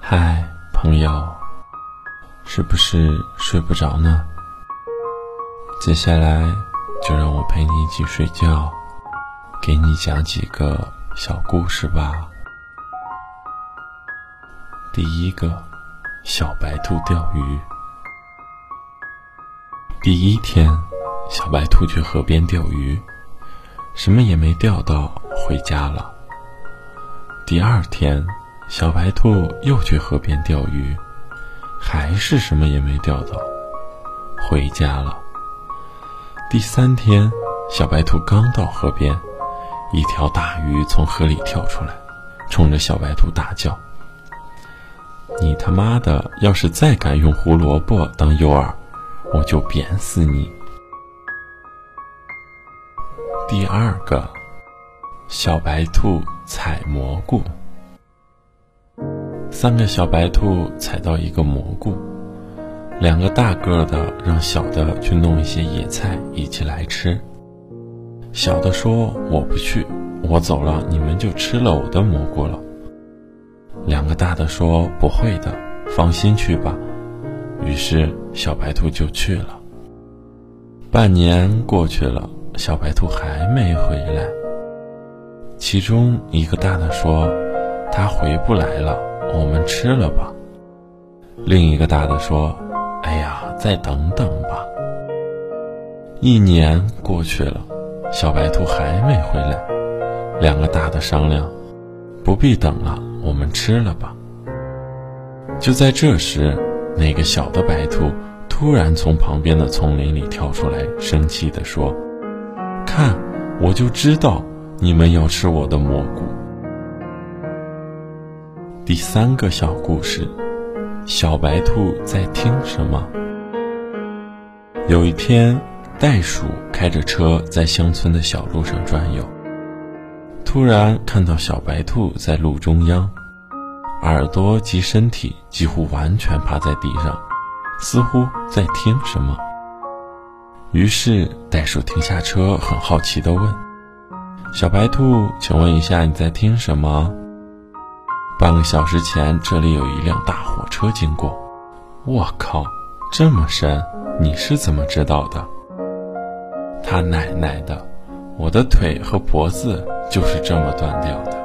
嗨，朋友，是不是睡不着呢？接下来就让我陪你一起睡觉，给你讲几个小故事吧。第一个，小白兔钓鱼。第一天，小白兔去河边钓鱼，什么也没钓到，回家了。第二天，小白兔又去河边钓鱼，还是什么也没钓到，回家了。第三天，小白兔刚到河边，一条大鱼从河里跳出来，冲着小白兔大叫：你他妈的，要是再敢用胡萝卜当诱饵，我就扁死你。第二个，小白兔采蘑菇。三个小白兔采到一个蘑菇，两个大个的让小的去弄一些野菜一起来吃。小的说：我不去，我走了，你们就吃了我的蘑菇了。两个大的说：不会的，放心去吧。于是小白兔就去了。半年过去了，小白兔还没回来。其中一个大的说：他回不来了，我们吃了吧。另一个大的说：哎呀，再等等吧。一年过去了，小白兔还没回来。两个大的商量：不必等了，我们吃了吧。就在这时，那个小的白兔突然从旁边的丛林里跳出来，生气地说：看，我就知道你们要吃我的蘑菇。第三个小故事，小白兔在听什么？有一天，袋鼠开着车在乡村的小路上转悠，突然看到小白兔在路中央，耳朵及身体几乎完全趴在地上，似乎在听什么。于是袋鼠停下车，很好奇地问：小白兔，请问一下你在听什么？半个小时前，这里有一辆大火车经过。我靠，这么深，你是怎么知道的？他奶奶的，我的腿和脖子就是这么断掉的。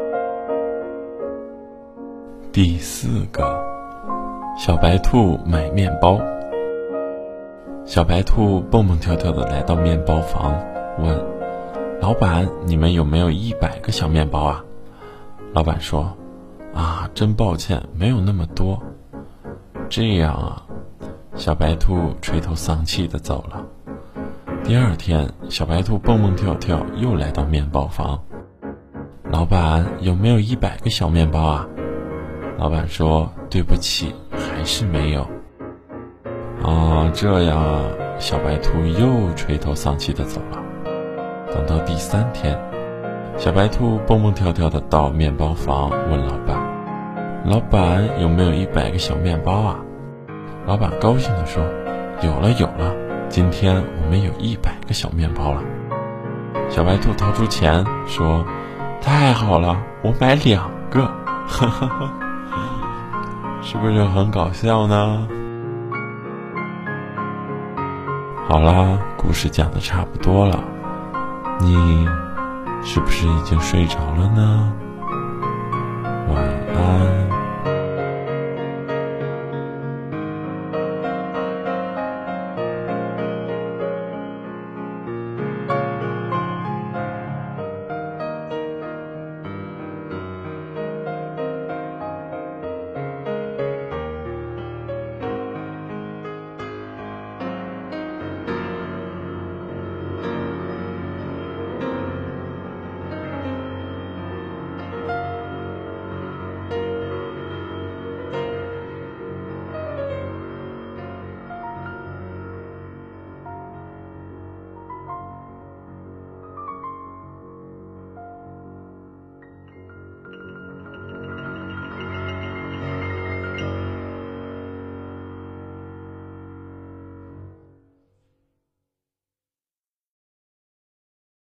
第四个，小白兔买面包。小白兔蹦蹦跳跳地来到面包房，问：老板，你们有没有100个小面包啊？老板说：啊，真抱歉，没有那么多。这样啊，小白兔垂头丧气地走了。第二天，小白兔蹦蹦跳跳又来到面包房，老板，有没有100个小面包啊？老板说：对不起，还是没有。啊，这样啊，小白兔又垂头丧气地走了。等到第三天，小白兔蹦蹦跳跳地到面包房，问老板：老板，有没有100个小面包啊？老板高兴地说：有了有了，今天我们有100个小面包了。小白兔掏出钱说：太好了，我买2个。呵呵呵，是不是很搞笑呢？好啦，故事讲得差不多了，你是不是已经睡着了呢？晚安。